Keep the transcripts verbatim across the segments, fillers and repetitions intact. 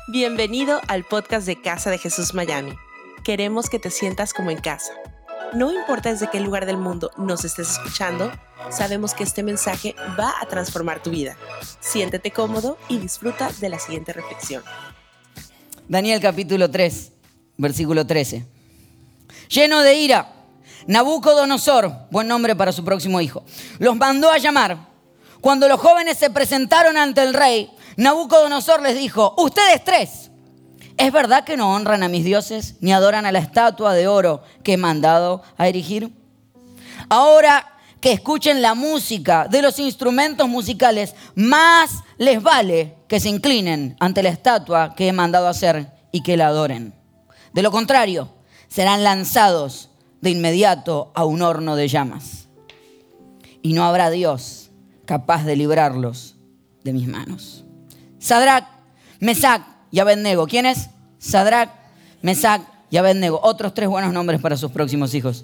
Bienvenido al podcast de Casa de Jesús Miami. Queremos que te sientas como en casa. No importa desde qué lugar del mundo nos estés escuchando, sabemos que este mensaje va a transformar tu vida. Siéntete cómodo y disfruta de la siguiente reflexión. Daniel capítulo tres, versículo trece. Lleno de ira, Nabucodonosor, buen nombre para su próximo hijo, los mandó a llamar. Cuando los jóvenes se presentaron ante el rey, Nabucodonosor les dijo: ustedes tres, ¿es verdad que no honran a mis dioses ni adoran a la estatua de oro que he mandado a erigir? Ahora que escuchen la música de los instrumentos musicales, más les vale que se inclinen ante la estatua que he mandado hacer y que la adoren. De lo contrario, serán lanzados de inmediato a un horno de llamas. Y no habrá Dios capaz de librarlos de mis manos. Sadrac, Mesac y Abednego. ¿Quién es? Sadrac, Mesac y Abednego. Otros tres buenos nombres para sus próximos hijos.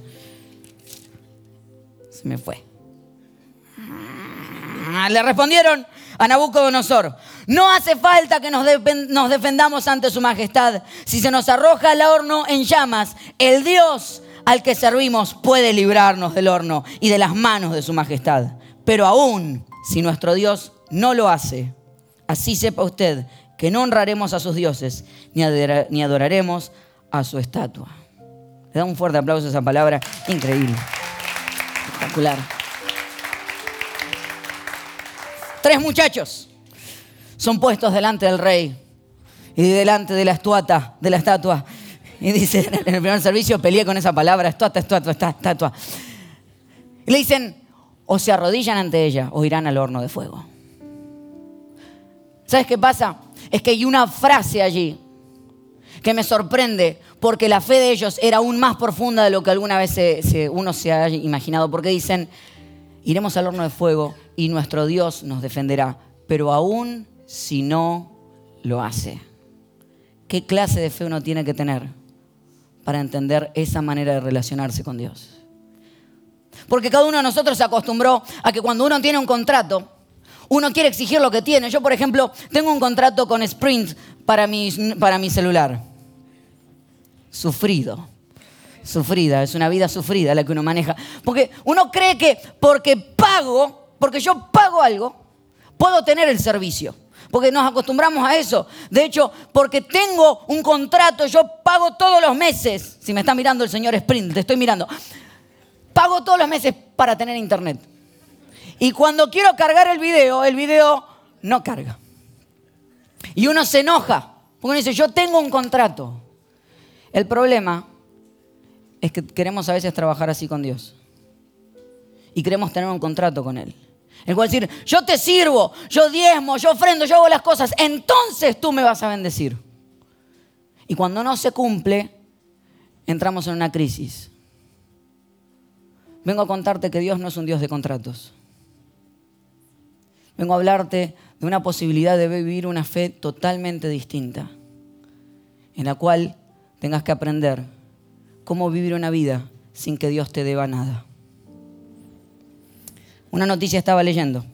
Se me fue. Le respondieron a Nabucodonosor: no hace falta que nos, de- nos defendamos ante su majestad. Si se nos arroja al horno en llamas, el Dios al que servimos puede librarnos del horno y de las manos de su majestad. Pero aún si nuestro Dios no lo hace, así sepa usted que no honraremos a sus dioses ni, adora- ni adoraremos a su estatua. Le da un fuerte aplauso a esa palabra increíble. Espectacular. Tres muchachos son puestos delante del rey y delante de la estatua, de la estatua. Y dice, en el primer servicio peleé con esa palabra, estatua, estatua, estatua. Y le dicen: o se arrodillan ante ella o irán al horno de fuego. ¿Sabes qué pasa? Es que hay una frase allí que me sorprende, porque la fe de ellos era aún más profunda de lo que alguna vez se, se, uno se haya imaginado. Porque dicen: iremos al horno de fuego y nuestro Dios nos defenderá, pero aún si no lo hace. ¿Qué clase de fe uno tiene que tener para entender esa manera de relacionarse con Dios? Porque cada uno de nosotros se acostumbró a que cuando uno tiene un contrato, uno quiere exigir lo que tiene. Yo, por ejemplo, tengo un contrato con Sprint para mi, para mi celular. Sufrido. Sufrida. Es una vida sufrida la que uno maneja. Porque uno cree que porque pago, porque yo pago algo, puedo tener el servicio. Porque nos acostumbramos a eso. De hecho, porque tengo un contrato, yo pago todos los meses. Si me está mirando el señor Sprint, te estoy mirando. Pago todos los meses para tener internet. Y cuando quiero cargar el video, el video no carga. Y uno se enoja, porque uno dice: yo tengo un contrato. El problema es que queremos a veces trabajar así con Dios. Y queremos tener un contrato con Él. El cual decir: yo te sirvo, yo diezmo, yo ofrendo, yo hago las cosas, entonces tú me vas a bendecir. Y cuando no se cumple, entramos en una crisis. Vengo a contarte que Dios no es un Dios de contratos. Vengo a hablarte de una posibilidad de vivir una fe totalmente distinta, en la cual tengas que aprender cómo vivir una vida sin que Dios te deba nada. Una noticia estaba leyendo.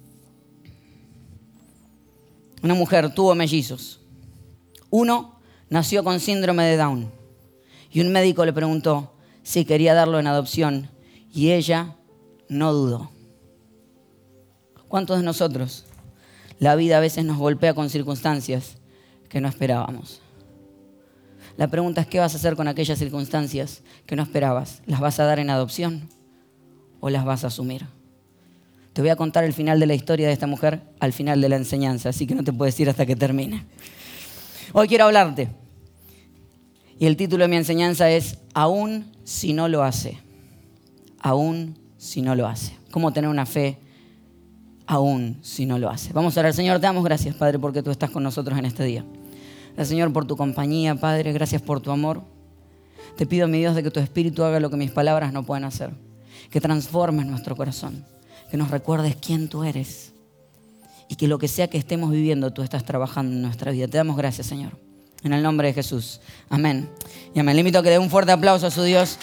Una mujer tuvo mellizos. Uno nació con síndrome de Down y un médico le preguntó si quería darlo en adopción y ella no dudó. ¿Cuántos de nosotros la vida a veces nos golpea con circunstancias que no esperábamos? La pregunta es: ¿qué vas a hacer con aquellas circunstancias que no esperabas? ¿Las vas a dar en adopción o las vas a asumir? Te voy a contar el final de la historia de esta mujer al final de la enseñanza, así que no te puedes ir hasta que termine. Hoy quiero hablarte y el título de mi enseñanza es: aún si no lo hace. Aún si no lo hace. ¿Cómo tener una fe aún si no lo hace? Vamos a orar. Señor, te damos gracias, Padre, porque tú estás con nosotros en este día. Gracias, Señor, por tu compañía, Padre. Gracias por tu amor. Te pido, mi Dios, de que tu Espíritu haga lo que mis palabras no pueden hacer. Que transformes nuestro corazón. Que nos recuerdes quién tú eres. Y que lo que sea que estemos viviendo, tú estás trabajando en nuestra vida. Te damos gracias, Señor. En el nombre de Jesús. Amén. Y amén. Le invito a que dé un fuerte aplauso a su Dios.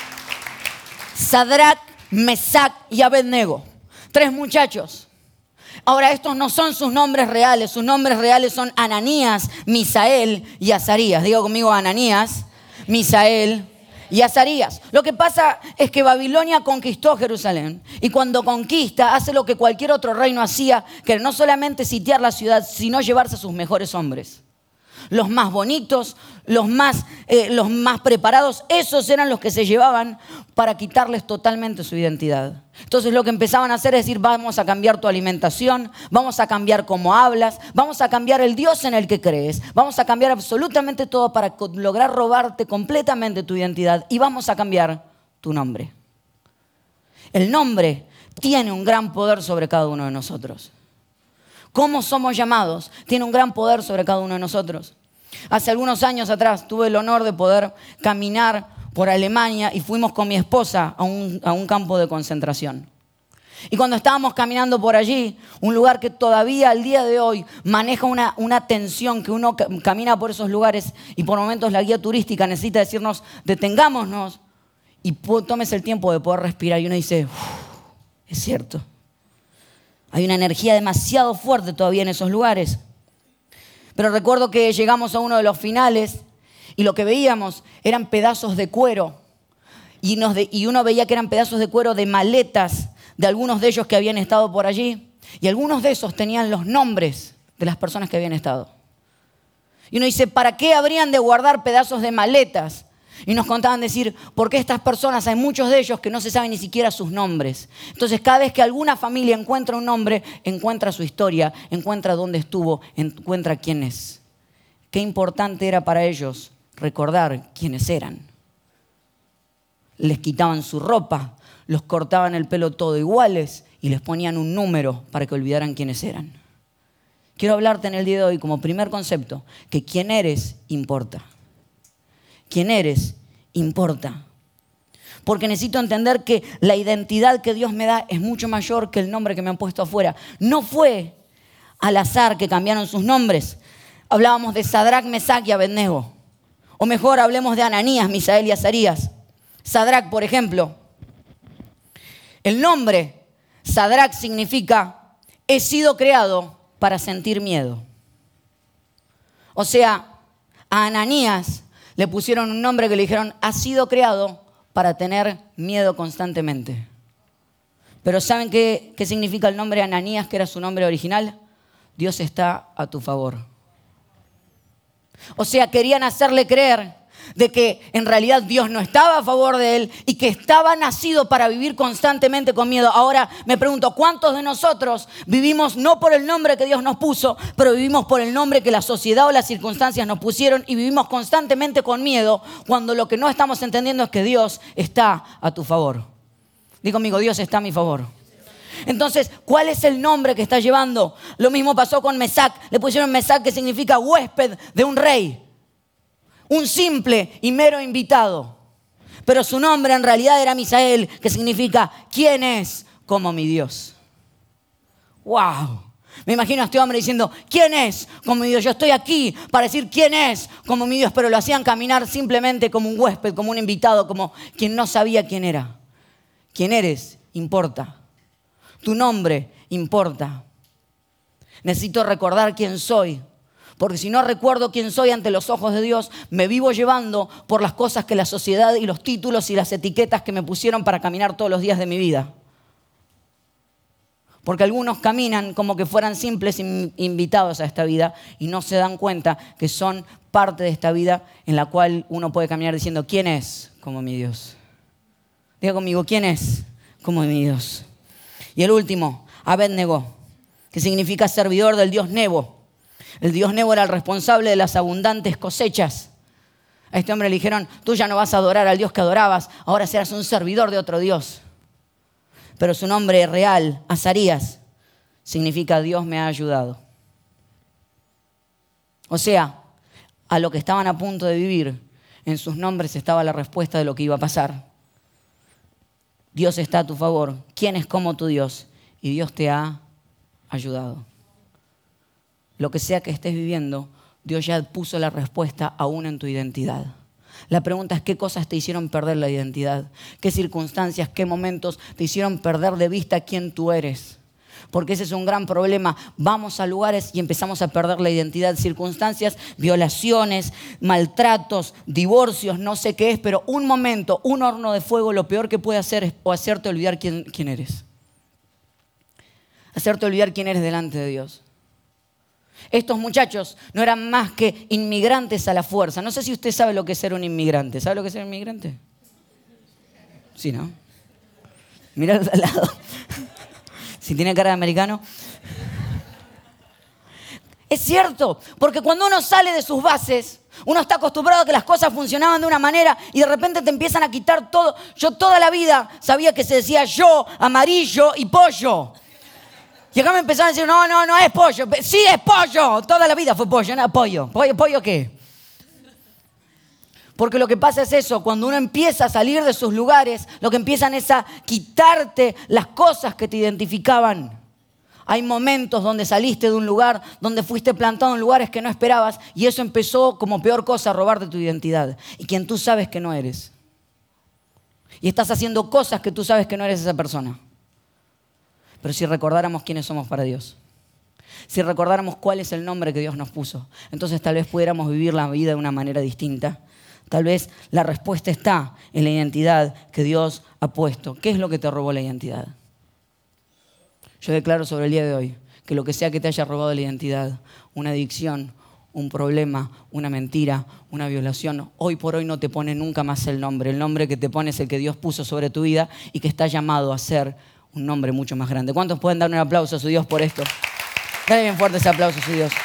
Sadrac, Mesac y Abednego. Tres muchachos. Ahora, estos no son sus nombres reales. Sus nombres reales son Ananías, Misael y Azarías. Digo conmigo, Ananías, Misael y Azarías. Lo que pasa es que Babilonia conquistó Jerusalén. Y cuando conquista, hace lo que cualquier otro reino hacía, que no solamente sitiar la ciudad, sino llevarse a sus mejores hombres. Los más bonitos, los más, eh, los más preparados, esos eran los que se llevaban para quitarles totalmente su identidad. Entonces lo que empezaban a hacer es decir, vamos a cambiar tu alimentación, vamos a cambiar cómo hablas, vamos a cambiar el Dios en el que crees, vamos a cambiar absolutamente todo para lograr robarte completamente tu identidad y vamos a cambiar tu nombre. El nombre tiene un gran poder sobre cada uno de nosotros. Cómo somos llamados tiene un gran poder sobre cada uno de nosotros. Hace algunos años atrás tuve el honor de poder caminar por Alemania y fuimos con mi esposa a un, a un campo de concentración. Y cuando estábamos caminando por allí, un lugar que todavía al día de hoy maneja una, una tensión, que uno camina por esos lugares y por momentos la guía turística necesita decirnos, detengámonos y tomes el tiempo de poder respirar. Y uno dice, es cierto. Hay una energía demasiado fuerte todavía en esos lugares. Pero recuerdo que llegamos a uno de los finales y lo que veíamos eran pedazos de cuero. Y, nos de, y uno veía que eran pedazos de cuero de maletas de algunos de ellos que habían estado por allí. Y algunos de esos tenían los nombres de las personas que habían estado. Y uno dice, ¿para qué habrían de guardar pedazos de maletas? Y nos contaban decir, porque estas personas, hay muchos de ellos que no se saben ni siquiera sus nombres. Entonces, cada vez que alguna familia encuentra un nombre, encuentra su historia, encuentra dónde estuvo, encuentra quién es. Qué importante era para ellos recordar quiénes eran. Les quitaban su ropa, los cortaban el pelo todo iguales y les ponían un número para que olvidaran quiénes eran. Quiero hablarte en el día de hoy como primer concepto, que quién eres importa. Quién eres importa. Porque necesito entender que la identidad que Dios me da es mucho mayor que el nombre que me han puesto afuera. No fue al azar que cambiaron sus nombres. Hablábamos de Sadrac, Mesac y Abednego. O mejor, hablemos de Ananías, Misael y Azarías. Sadrac, por ejemplo. El nombre Sadrac significa he sido creado para sentir miedo. O sea, a Ananías le pusieron un nombre que le dijeron, has sido creado para tener miedo constantemente. Pero ¿saben qué, qué significa el nombre Ananías, que era su nombre original? Dios está a tu favor. O sea, querían hacerle creer de que en realidad Dios no estaba a favor de él y que estaba nacido para vivir constantemente con miedo. Ahora me pregunto, ¿cuántos de nosotros vivimos no por el nombre que Dios nos puso, pero vivimos por el nombre que la sociedad o las circunstancias nos pusieron y vivimos constantemente con miedo cuando lo que no estamos entendiendo es que Dios está a tu favor? Digo conmigo, Dios está a mi favor. Entonces, ¿cuál es el nombre que está llevando? Lo mismo pasó con Mesac. Le pusieron Mesac, que significa huésped de un rey. Un simple y mero invitado. Pero su nombre en realidad era Misael, que significa ¿quién es como mi Dios? ¡Wow! Me imagino a este hombre diciendo, ¿quién es como mi Dios? Yo estoy aquí para decir quién es como mi Dios, pero lo hacían caminar simplemente como un huésped, como un invitado, como quien no sabía quién era. ¿Quién eres? Importa. Tu nombre importa. Necesito recordar quién soy. Porque si no recuerdo quién soy ante los ojos de Dios, me vivo llevando por las cosas que la sociedad y los títulos y las etiquetas que me pusieron para caminar todos los días de mi vida. Porque algunos caminan como que fueran simples invitados a esta vida y no se dan cuenta que son parte de esta vida en la cual uno puede caminar diciendo, ¿quién es como mi Dios? Diga conmigo, ¿quién es como mi Dios? Y el último, Abednego, que significa servidor del dios Nebo. El dios Nebo era el responsable de las abundantes cosechas. A este hombre le dijeron, tú ya no vas a adorar al Dios que adorabas, ahora serás un servidor de otro Dios. Pero su nombre real, Azarías, significa Dios me ha ayudado. O sea, a lo que estaban a punto de vivir, en sus nombres estaba la respuesta de lo que iba a pasar. Dios está a tu favor. ¿Quién es como tu Dios? Y Dios te ha ayudado. Lo que sea que estés viviendo, Dios ya puso la respuesta aún en tu identidad. La pregunta es, ¿qué cosas te hicieron perder la identidad? ¿Qué circunstancias, qué momentos te hicieron perder de vista quién tú eres? Porque ese es un gran problema. Vamos a lugares y empezamos a perder la identidad. Circunstancias, violaciones, maltratos, divorcios, no sé qué es, pero un momento, un horno de fuego, lo peor que puede hacer es o hacerte olvidar quién, quién eres. Hacerte olvidar quién eres delante de Dios. Estos muchachos no eran más que inmigrantes a la fuerza. No sé si usted sabe lo que es ser un inmigrante. ¿Sabe lo que es ser un inmigrante? Sí, ¿no? Mirá al lado. Si tiene cara de americano. Es cierto, porque cuando uno sale de sus bases, uno está acostumbrado a que las cosas funcionaban de una manera y de repente te empiezan a quitar todo. Yo toda la vida sabía que se decía yo, amarillo y pollo. Y acá me empezaron a decir, no, no, no es pollo. Sí, es pollo. Toda la vida fue pollo, no pollo. ¿Pollo, pollo qué? Porque lo que pasa es eso, cuando uno empieza a salir de sus lugares, lo que empiezan es a quitarte las cosas que te identificaban. Hay momentos donde saliste de un lugar, donde fuiste plantado en lugares que no esperabas y eso empezó como peor cosa a robarte tu identidad. Y quien tú sabes que no eres. Y estás haciendo cosas que tú sabes que no eres esa persona. Pero si recordáramos quiénes somos para Dios, si recordáramos cuál es el nombre que Dios nos puso, entonces tal vez pudiéramos vivir la vida de una manera distinta. Tal vez la respuesta está en la identidad que Dios ha puesto. ¿Qué es lo que te robó la identidad? Yo declaro sobre el día de hoy que lo que sea que te haya robado la identidad, una adicción, un problema, una mentira, una violación, hoy por hoy no te pone nunca más el nombre. El nombre que te pone es el que Dios puso sobre tu vida y que está llamado a ser un nombre mucho más grande. ¿Cuántos pueden dar un aplauso a su Dios por esto? Dale bien fuerte ese aplauso a su Dios.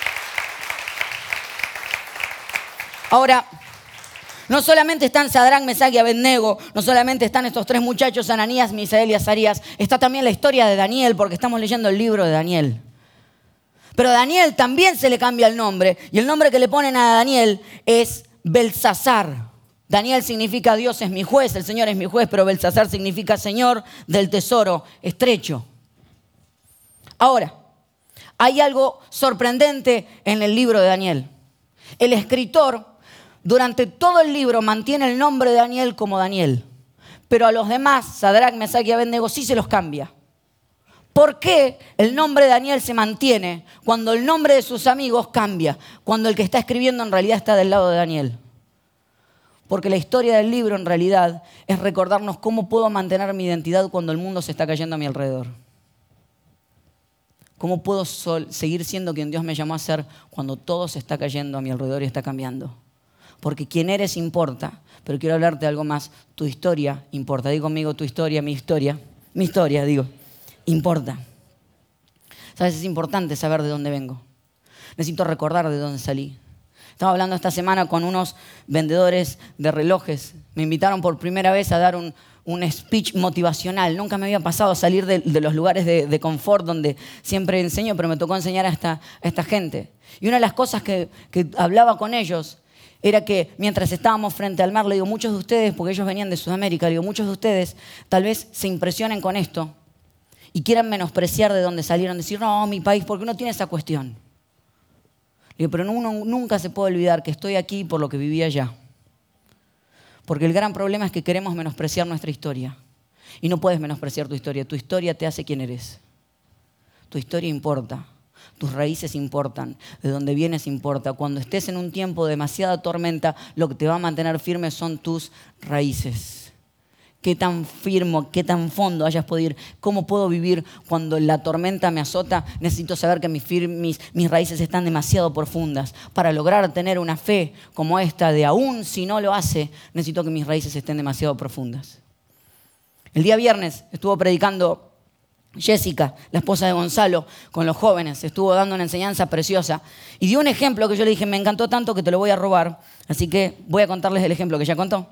Ahora, no solamente están Sadrac, Mesach y Abednego, no solamente están estos tres muchachos, Ananías, Misael y Azarías, está también la historia de Daniel, porque estamos leyendo el libro de Daniel. Pero a Daniel también se le cambia el nombre, y el nombre que le ponen a Daniel es Belsasar. Daniel significa Dios es mi juez, el Señor es mi juez, pero Belsasar significa Señor del tesoro estrecho. Ahora, hay algo sorprendente en el libro de Daniel. El escritor durante todo el libro mantiene el nombre de Daniel como Daniel, pero a los demás, Sadrac, Mesach y Abednego, sí se los cambia. ¿Por qué el nombre de Daniel se mantiene cuando el nombre de sus amigos cambia? Cuando el que está escribiendo en realidad está del lado de Daniel. Porque la historia del libro en realidad es recordarnos cómo puedo mantener mi identidad cuando el mundo se está cayendo a mi alrededor. ¿Cómo puedo sol- seguir siendo quien Dios me llamó a ser cuando todo se está cayendo a mi alrededor y está cambiando? Porque quién eres importa, pero quiero hablarte de algo más. Tu historia importa. Digo conmigo, tu historia, mi historia. Mi historia, digo, importa. ¿Sabes? Es importante saber de dónde vengo. Necesito recordar de dónde salí. Estaba hablando esta semana con unos vendedores de relojes. Me invitaron por primera vez a dar un, un speech motivacional. Nunca me había pasado a salir de, de los lugares de, de confort donde siempre enseño, pero me tocó enseñar a esta, a esta gente. Y una de las cosas que, que hablaba con ellos era que mientras estábamos frente al mar, le digo, muchos de ustedes, porque ellos venían de Sudamérica, le digo, muchos de ustedes tal vez se impresionen con esto y quieran menospreciar de dónde salieron, decir, no, mi país, porque uno tiene esa cuestión. Le digo, pero uno nunca se puede olvidar que estoy aquí por lo que viví allá. Porque el gran problema es que queremos menospreciar nuestra historia. Y no puedes menospreciar tu historia. Tu historia te hace quien eres. Tu historia importa. Tus raíces importan, de dónde vienes importa. Cuando estés en un tiempo de demasiada tormenta, lo que te va a mantener firme son tus raíces. Qué tan firme, qué tan fondo hayas podido ir. ¿Cómo puedo vivir cuando la tormenta me azota? Necesito saber que mis, mis, mis raíces están demasiado profundas. Para lograr tener una fe como esta de aún si no lo hace, necesito que mis raíces estén demasiado profundas. El día viernes estuvo predicando Jessica, la esposa de Gonzalo, con los jóvenes, estuvo dando una enseñanza preciosa y dio un ejemplo que yo le dije, me encantó tanto que te lo voy a robar, así que voy a contarles el ejemplo que ella contó.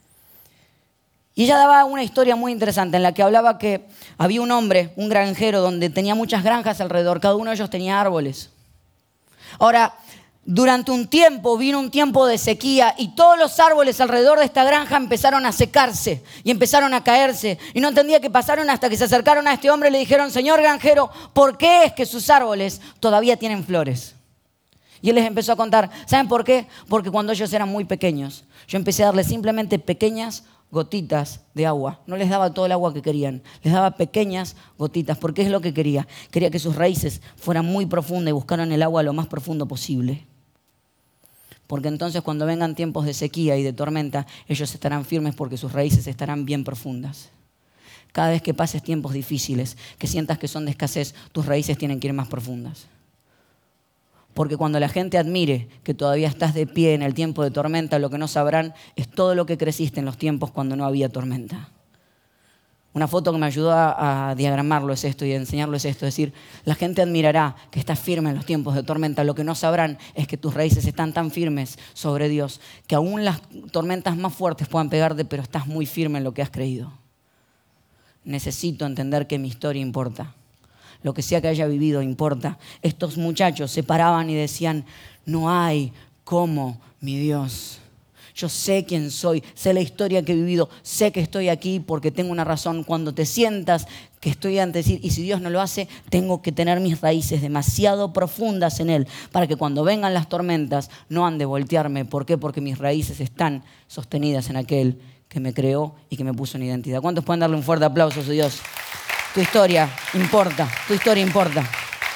Y ella daba una historia muy interesante en la que hablaba que había un hombre, un granjero, donde tenía muchas granjas alrededor, cada uno de ellos tenía árboles. Ahora, durante un tiempo, vino un tiempo de sequía y todos los árboles alrededor de esta granja empezaron a secarse y empezaron a caerse. Y no entendía qué pasaron hasta que se acercaron a este hombre y le dijeron, señor granjero, ¿por qué es que sus árboles todavía tienen flores? Y él les empezó a contar, ¿saben por qué? Porque cuando ellos eran muy pequeños, yo empecé a darles simplemente pequeñas gotitas de agua. No les daba todo el agua que querían. Les daba pequeñas gotitas, porque es lo que quería. Quería que sus raíces fueran muy profundas y buscaran el agua lo más profundo posible. Porque entonces cuando vengan tiempos de sequía y de tormenta, ellos estarán firmes porque sus raíces estarán bien profundas. Cada vez que pases tiempos difíciles, que sientas que son de escasez, tus raíces tienen que ir más profundas. Porque cuando la gente admire que todavía estás de pie en el tiempo de tormenta, lo que no sabrán es todo lo que creciste en los tiempos cuando no había tormenta. Una foto que me ayudó a, a diagramarlo es esto y a enseñarlo es esto. Es decir, la gente admirará que estás firme en los tiempos de tormenta. Lo que no sabrán es que tus raíces están tan firmes sobre Dios que aún las tormentas más fuertes puedan pegarte, pero estás muy firme en lo que has creído. Necesito entender que mi historia importa. Lo que sea que haya vivido importa. Estos muchachos se paraban y decían, no hay como mi Dios. Yo sé quién soy, sé la historia que he vivido, sé que estoy aquí porque tengo una razón. Cuando te sientas que estoy ante decir, y si Dios no lo hace, tengo que tener mis raíces demasiado profundas en Él para que cuando vengan las tormentas no han de voltearme. ¿Por qué? Porque mis raíces están sostenidas en aquel que me creó y que me puso en identidad. ¿Cuántos pueden darle un fuerte aplauso a su Dios? Tu historia importa, tu historia importa.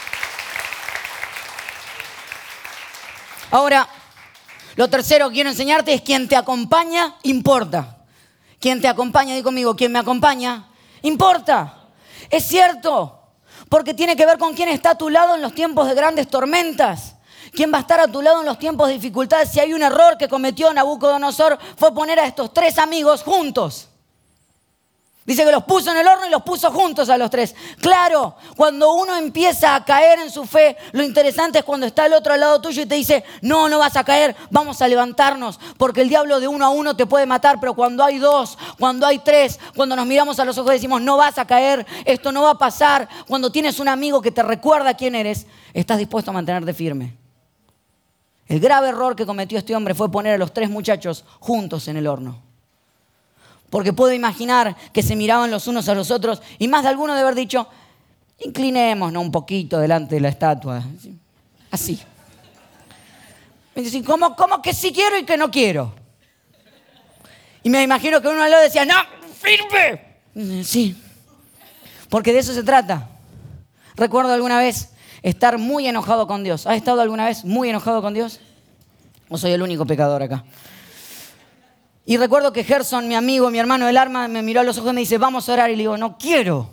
Ahora, lo tercero que quiero enseñarte es quien te acompaña, importa. Quien te acompaña, di conmigo, quien me acompaña, importa. Es cierto, porque tiene que ver con quién está a tu lado en los tiempos de grandes tormentas. ¿Quién va a estar a tu lado en los tiempos de dificultades? Si hay un error que cometió Nabucodonosor fue poner a estos tres amigos juntos. Dice que los puso en el horno y los puso juntos a los tres. Claro, cuando uno empieza a caer en su fe, lo interesante es cuando está el otro al lado tuyo y te dice, no, no vas a caer, vamos a levantarnos, porque el diablo de uno a uno te puede matar, pero cuando hay dos, cuando hay tres, cuando nos miramos a los ojos y decimos, no vas a caer, esto no va a pasar, cuando tienes un amigo que te recuerda quién eres, estás dispuesto a mantenerte firme. El grave error que cometió este hombre fue poner a los tres muchachos juntos en el horno. Porque puedo imaginar que se miraban los unos a los otros y más de alguno de haber dicho, inclinémonos un poquito delante de la estatua. Así. Me dicen, ¿cómo, cómo que sí quiero y que no quiero? Y me imagino que uno al lado decía, no, firme. Sí. Porque de eso se trata. Recuerdo alguna vez estar muy enojado con Dios. ¿Has estado alguna vez muy enojado con Dios? ¿O soy el único pecador acá? Y recuerdo que Gerson, mi amigo, mi hermano del alma, me miró a los ojos y me dice, vamos a orar. Y le digo, no quiero.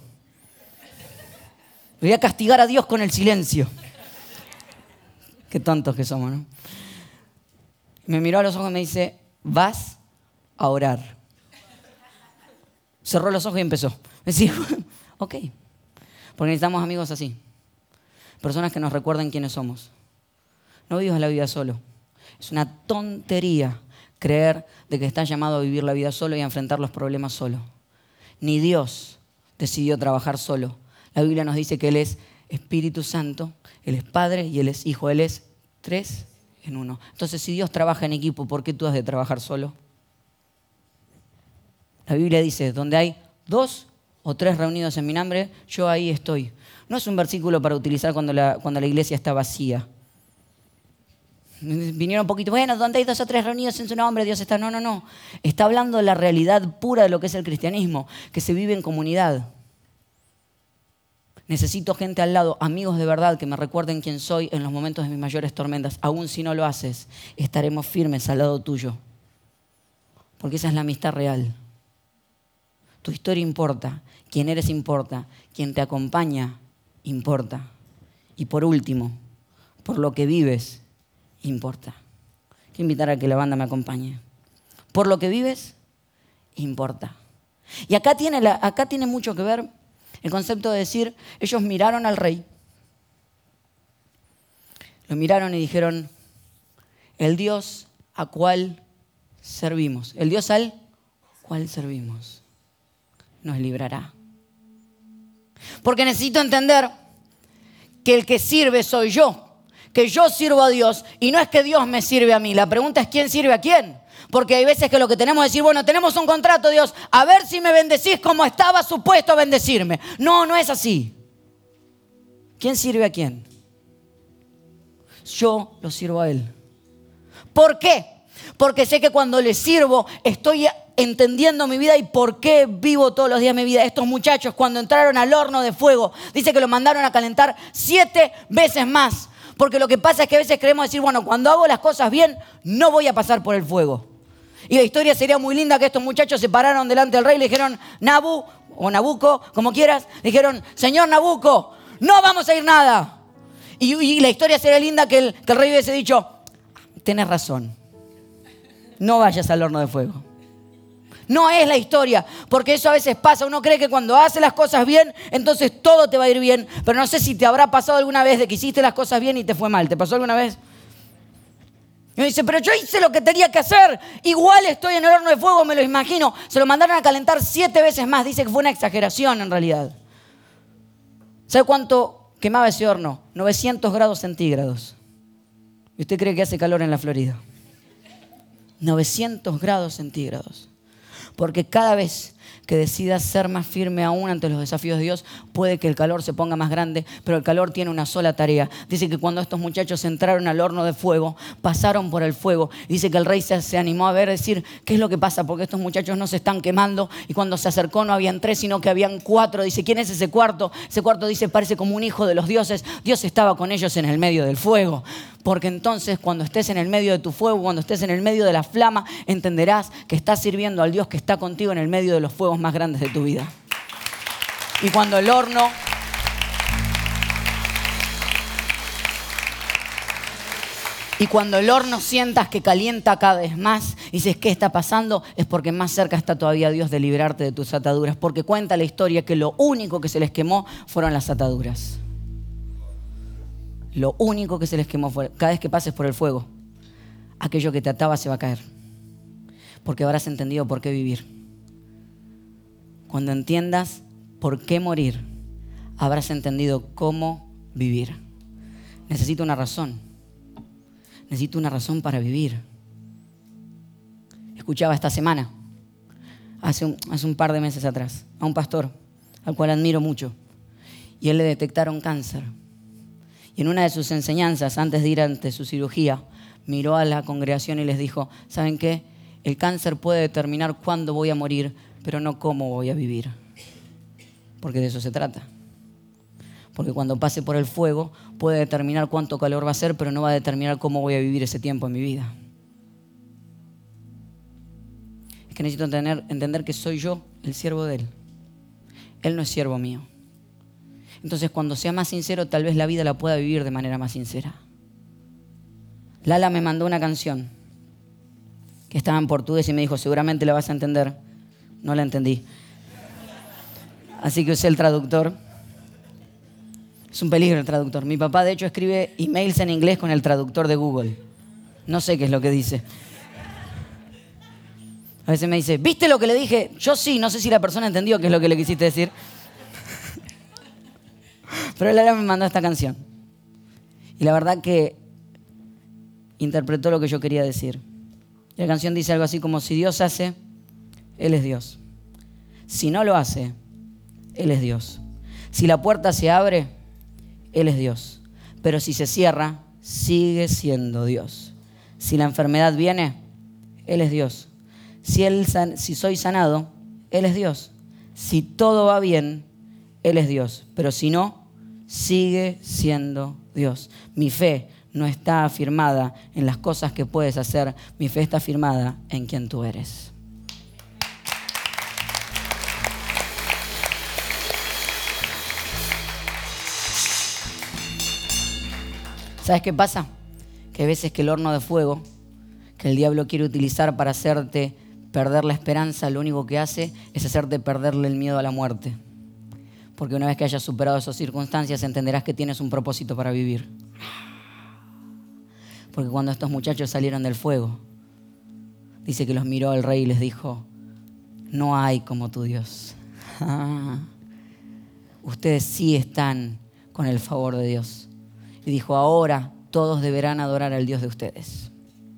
Voy a castigar a Dios con el silencio. Qué tontos que somos, ¿no? Me miró a los ojos y me dice, vas a orar. Cerró los ojos y empezó. Me decía, ok. Porque necesitamos amigos así. Personas que nos recuerden quiénes somos. No vivas la vida solo. Es una tontería creer de que estás llamado a vivir la vida solo y a enfrentar los problemas solo. Ni Dios decidió trabajar solo. La Biblia nos dice que Él es Espíritu Santo, Él es Padre y Él es Hijo. Él es tres en uno. Entonces, si Dios trabaja en equipo, ¿por qué tú has de trabajar solo? La Biblia dice, donde hay dos o tres reunidos en mi nombre, yo ahí estoy. No es un versículo para utilizar cuando la, cuando la iglesia está vacía. Vinieron un poquito, bueno, donde hay dos o tres reunidos en su nombre, Dios está. No, no, no. Está hablando de la realidad pura de lo que es el cristianismo, que se vive en comunidad. Necesito gente al lado, amigos de verdad, que me recuerden quién soy en los momentos de mis mayores tormentas. Aún si no lo haces, estaremos firmes al lado tuyo. Porque esa es la amistad real. Tu historia importa, quién eres importa, quien te acompaña importa. Y por último, por lo que vives, importa. Quiero invitar a que la banda me acompañe. Por lo que vives, importa. Y acá tiene, la, acá tiene mucho que ver el concepto de decir, ellos miraron al rey, lo miraron y dijeron, el Dios a cual servimos, el Dios al cual servimos, nos librará. Porque necesito entender que el que sirve soy yo. Que yo sirvo a Dios y no es que Dios me sirve a mí. La pregunta es ¿quién sirve a quién? Porque hay veces que lo que tenemos es decir, bueno, tenemos un contrato, Dios, a ver si me bendecís como estaba supuesto a bendecirme. No, no es así. ¿Quién sirve a quién? Yo lo sirvo a Él. ¿Por qué? Porque sé que cuando le sirvo estoy entendiendo mi vida y por qué vivo todos los días mi vida. Estos muchachos cuando entraron al horno de fuego, dice que lo mandaron a calentar siete veces más. Porque lo que pasa es que a veces queremos decir, bueno, cuando hago las cosas bien, no voy a pasar por el fuego. Y la historia sería muy linda que estos muchachos se pararon delante del rey y le dijeron, Nabu, o Nabuco, como quieras, le dijeron, señor Nabuco, no vamos a ir nada. Y, y la historia sería linda que el, que el rey hubiese dicho, tenés razón, no vayas al horno de fuego. No es la historia, porque eso a veces pasa. Uno cree que cuando hace las cosas bien, entonces todo te va a ir bien. Pero no sé si te habrá pasado alguna vez de que hiciste las cosas bien y te fue mal. ¿Te pasó alguna vez? Y uno dice, pero yo hice lo que tenía que hacer. Igual estoy en el horno de fuego, me lo imagino. Se lo mandaron a calentar siete veces más. Dice que fue una exageración en realidad. ¿Sabe cuánto quemaba ese horno? novecientos grados centígrados. ¿Y usted cree que hace calor en la Florida? novecientos grados centígrados. Porque cada vez que decidas ser más firme aún ante los desafíos de Dios, puede que el calor se ponga más grande, pero el calor tiene una sola tarea. Dice que cuando estos muchachos entraron al horno de fuego, pasaron por el fuego. Dice que el rey se, se animó a ver, decir, ¿qué es lo que pasa? Porque estos muchachos no se están quemando. Y cuando se acercó no habían tres, sino que habían cuatro. Dice, ¿quién es ese cuarto? Ese cuarto, dice, parece como un hijo de los dioses. Dios estaba con ellos en el medio del fuego. Porque entonces cuando estés en el medio de tu fuego, cuando estés en el medio de la flama, entenderás que estás sirviendo al Dios que está contigo en el medio de los fuegos más grandes de tu vida. Y cuando el horno y cuando el horno sientas que calienta cada vez más y dices, ¿qué está pasando? Es porque más cerca está todavía Dios de liberarte de tus ataduras. Porque cuenta la historia que lo único que se les quemó fueron las ataduras. Lo único que se les quemó fue, cada vez que pases por el fuego, aquello que te ataba se va a caer. Porque habrás entendido por qué vivir. Cuando entiendas por qué morir, habrás entendido cómo vivir. Necesito una razón. Necesito una razón para vivir. Escuchaba esta semana, hace un, hace un par de meses atrás, a un pastor al cual admiro mucho. Y él le detectaron cáncer. Y en una de sus enseñanzas, antes de ir ante su cirugía, miró a la congregación y les dijo, ¿saben qué? El cáncer puede determinar cuándo voy a morir, pero no cómo voy a vivir. Porque de eso se trata. Porque cuando pase por el fuego, puede determinar cuánto calor va a ser, pero no va a determinar cómo voy a vivir ese tiempo en mi vida. Es que necesito entender, entender que soy yo el siervo de Él. Él no es siervo mío. Entonces, cuando sea más sincero, tal vez la vida la pueda vivir de manera más sincera. Lala me mandó una canción que estaba en portugués y me dijo, seguramente la vas a entender. No la entendí. Así que usé el traductor. Es un peligro el traductor. Mi papá, de hecho, escribe emails en inglés con el traductor de Google. No sé qué es lo que dice. A veces me dice, ¿viste lo que le dije? Yo sí, no sé si la persona entendió qué es lo que le quisiste decir. Pero Lara me mandó esta canción. Y la verdad que interpretó lo que yo quería decir. Y la canción dice algo así como, si Dios hace, Él es Dios. Si no lo hace, Él es Dios. Si la puerta se abre, Él es Dios. Pero si se cierra, sigue siendo Dios. Si la enfermedad viene, Él es Dios. Si, él, si soy sanado, Él es Dios. Si todo va bien, Él es Dios. Pero si no, sigue siendo Dios. Mi fe no está afirmada en las cosas que puedes hacer. Mi fe está afirmada en quien tú eres. ¿Sabes qué pasa? Que hay veces que el horno de fuego que el diablo quiere utilizar para hacerte perder la esperanza, lo único que hace es hacerte perderle el miedo a la muerte. Porque una vez que hayas superado esas circunstancias, entenderás que tienes un propósito para vivir. Porque cuando estos muchachos salieron del fuego, dice que los miró el rey y les dijo, no hay como tu Dios. Ustedes sí están con el favor de Dios. Y dijo, ahora todos deberán adorar al Dios de ustedes.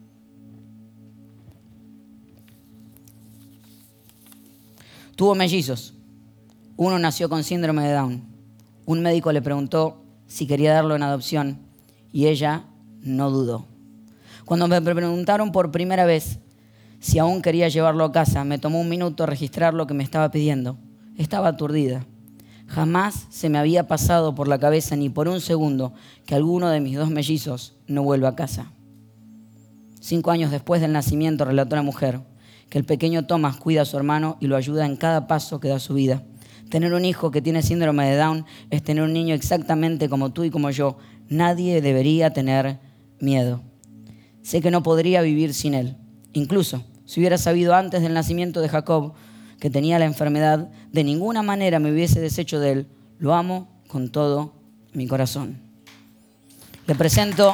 Tuvo mellizos. Uno nació con síndrome de Down. Un médico le preguntó si quería darlo en adopción y ella no dudó. Cuando me preguntaron por primera vez Si aún quería llevarlo a casa, me tomó un minuto registrar lo que me estaba pidiendo. Estaba aturdida. Jamás se me había pasado por la cabeza ni por un segundo que alguno de mis dos mellizos no vuelva a casa. Cinco años después del nacimiento, relató la mujer, que el pequeño Thomas cuida a su hermano y lo ayuda en cada paso que da su vida. Tener un hijo que tiene síndrome de Down es tener un niño exactamente como tú y como yo. Nadie debería tener miedo. Sé que no podría vivir sin él. Incluso, si hubiera sabido antes del nacimiento de Jacob que tenía la enfermedad, de ninguna manera me hubiese deshecho de él. Lo amo con todo mi corazón. Le presento...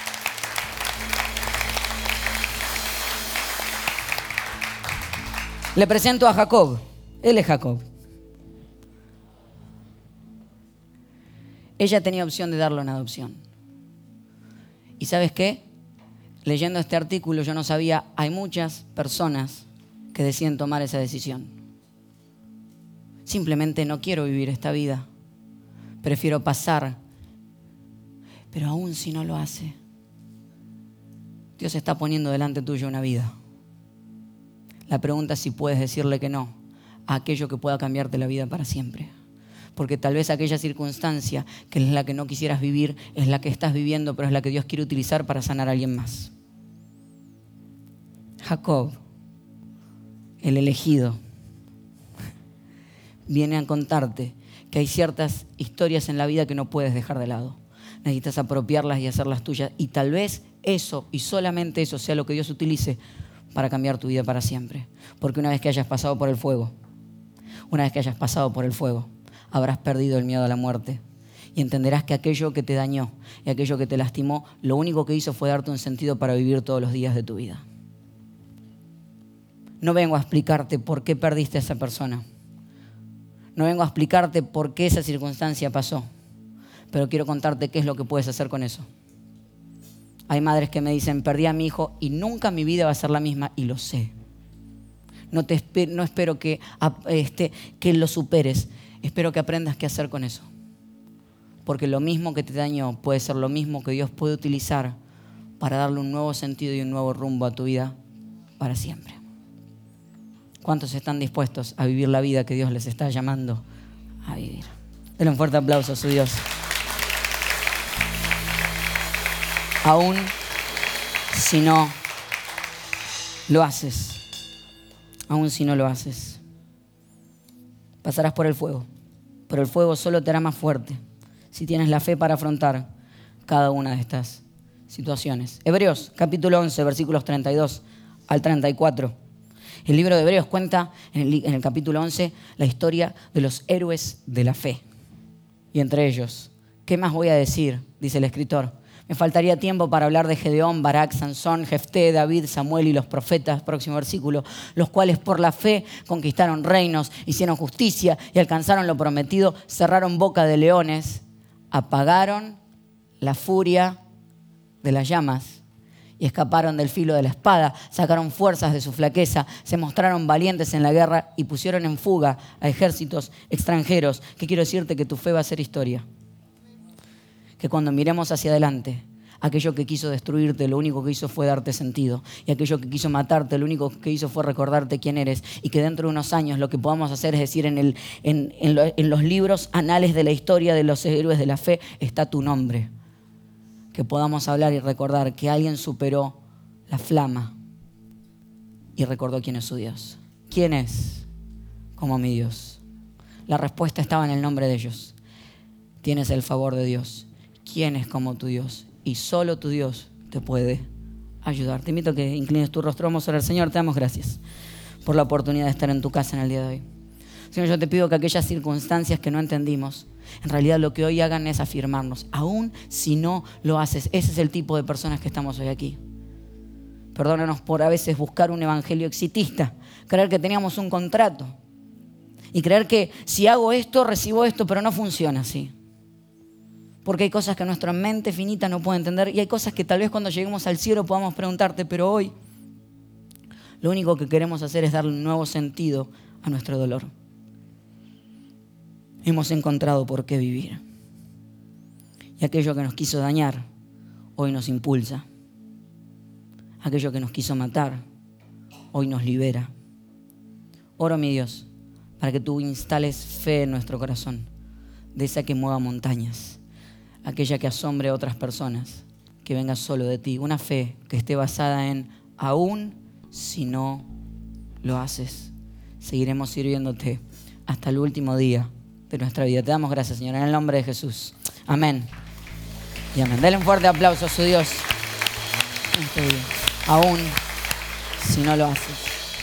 Le presento a Jacob. Él es Jacob. Ella tenía opción de darlo en adopción. ¿Y sabes qué? Leyendo este artículo yo no sabía, hay muchas personas que deciden tomar esa decisión. Simplemente no quiero vivir esta vida. Prefiero pasar. Pero aún si no lo hace, Dios está poniendo delante tuyo una vida. La pregunta es si puedes decirle que no a aquello que pueda cambiarte la vida para siempre. Porque tal vez aquella circunstancia que es la que no quisieras vivir es la que estás viviendo, pero es la que Dios quiere utilizar para sanar a alguien más. Jacob, el elegido, viene a contarte que hay ciertas historias en la vida que no puedes dejar de lado. Necesitas apropiarlas y hacerlas tuyas. Y tal vez eso, y solamente eso, sea lo que Dios utilice para cambiar tu vida para siempre. Porque una vez que hayas pasado por el fuego, una vez que hayas pasado por el fuego, habrás perdido el miedo a la muerte. Y entenderás que aquello que te dañó y aquello que te lastimó, lo único que hizo fue darte un sentido para vivir todos los días de tu vida. No vengo a explicarte por qué perdiste a esa persona. No vengo a explicarte por qué esa circunstancia pasó. Pero quiero contarte qué es lo que puedes hacer con eso. Hay madres que me dicen, perdí a mi hijo y nunca mi vida va a ser la misma, y lo sé. No, te esper- no espero que, este, que lo superes, espero que aprendas qué hacer con eso. Porque lo mismo que te dañó puede ser lo mismo que Dios puede utilizar para darle un nuevo sentido y un nuevo rumbo a tu vida para siempre. ¿Cuántos están dispuestos a vivir la vida que Dios les está llamando a vivir? Denle un fuerte aplauso a su Dios. Aún si no lo haces, aún si no lo haces, pasarás por el fuego, pero el fuego solo te hará más fuerte si tienes la fe para afrontar cada una de estas situaciones. Hebreos, capítulo once, versículos treinta y dos al treinta y cuatro. El libro de Hebreos cuenta en el, en el capítulo once la historia de los héroes de la fe. Y entre ellos, ¿qué más voy a decir?, dice el escritor. Me faltaría tiempo para hablar de Gedeón, Barak, Sansón, Jefté, David, Samuel y los profetas, próximo versículo, los cuales por la fe conquistaron reinos, hicieron justicia y alcanzaron lo prometido, cerraron boca de leones, apagaron la furia de las llamas y escaparon del filo de la espada, sacaron fuerzas de su flaqueza, se mostraron valientes en la guerra y pusieron en fuga a ejércitos extranjeros. ¿Qué quiero decirte? Que tu fe va a ser historia. Que cuando miremos hacia adelante, aquello que quiso destruirte, lo único que hizo fue darte sentido. Y aquello que quiso matarte, lo único que hizo fue recordarte quién eres. Y que dentro de unos años lo que podamos hacer es decir, en, el, en, en, lo, en los libros anales de la historia de los héroes de la fe está tu nombre. Que podamos hablar y recordar que alguien superó la flama y recordó quién es su Dios. ¿Quién es como mi Dios? La respuesta estaba en el nombre de ellos. Tienes el favor de Dios. ¿Quién es como tu Dios? Y solo tu Dios te puede ayudar. Te invito a que inclines tu rostro. Vamos a orar. Señor, te damos gracias por la oportunidad de estar en tu casa en el día de hoy. Señor, yo te pido que aquellas circunstancias que no entendimos, en realidad lo que hoy hagan es afirmarnos. Aún si no lo haces, ese es el tipo de personas que estamos hoy aquí. Perdónanos por a veces buscar un evangelio exitista, creer que teníamos un contrato y creer que si hago esto, recibo esto, pero no funciona así. Porque hay cosas que nuestra mente finita no puede entender y hay cosas que tal vez cuando lleguemos al cielo podamos preguntarte, pero hoy lo único que queremos hacer es darle un nuevo sentido a nuestro dolor. Hemos encontrado por qué vivir. Y aquello que nos quiso dañar, hoy nos impulsa. Aquello que nos quiso matar, hoy nos libera. Oro, mi Dios, para que tú instales fe en nuestro corazón, de esa que mueva montañas, aquella que asombre a otras personas, que venga solo de ti. Una fe que esté basada en, aún si no lo haces, seguiremos sirviéndote hasta el último día de nuestra vida. Te damos gracias, Señor, en el nombre de Jesús. Amén. Y amén. Dale un fuerte aplauso a su Dios. Aún si no lo haces.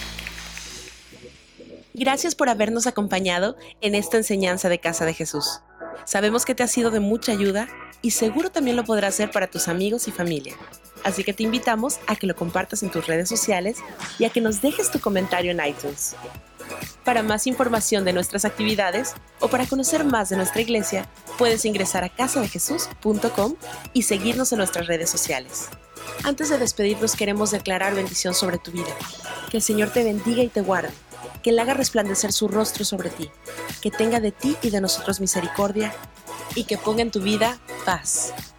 Gracias por habernos acompañado en esta enseñanza de Casa de Jesús. Sabemos que te ha sido de mucha ayuda y seguro también lo podrás hacer para tus amigos y familia. Así que te invitamos a que lo compartas en tus redes sociales y a que nos dejes tu comentario en iTunes. Para más información de nuestras actividades o para conocer más de nuestra iglesia, puedes ingresar a casa de jesús punto com y seguirnos en nuestras redes sociales. Antes de despedirnos, queremos declarar bendición sobre tu vida. Que el Señor te bendiga y te guarde, que Él haga resplandecer su rostro sobre ti, que tenga de ti y de nosotros misericordia y que ponga en tu vida paz.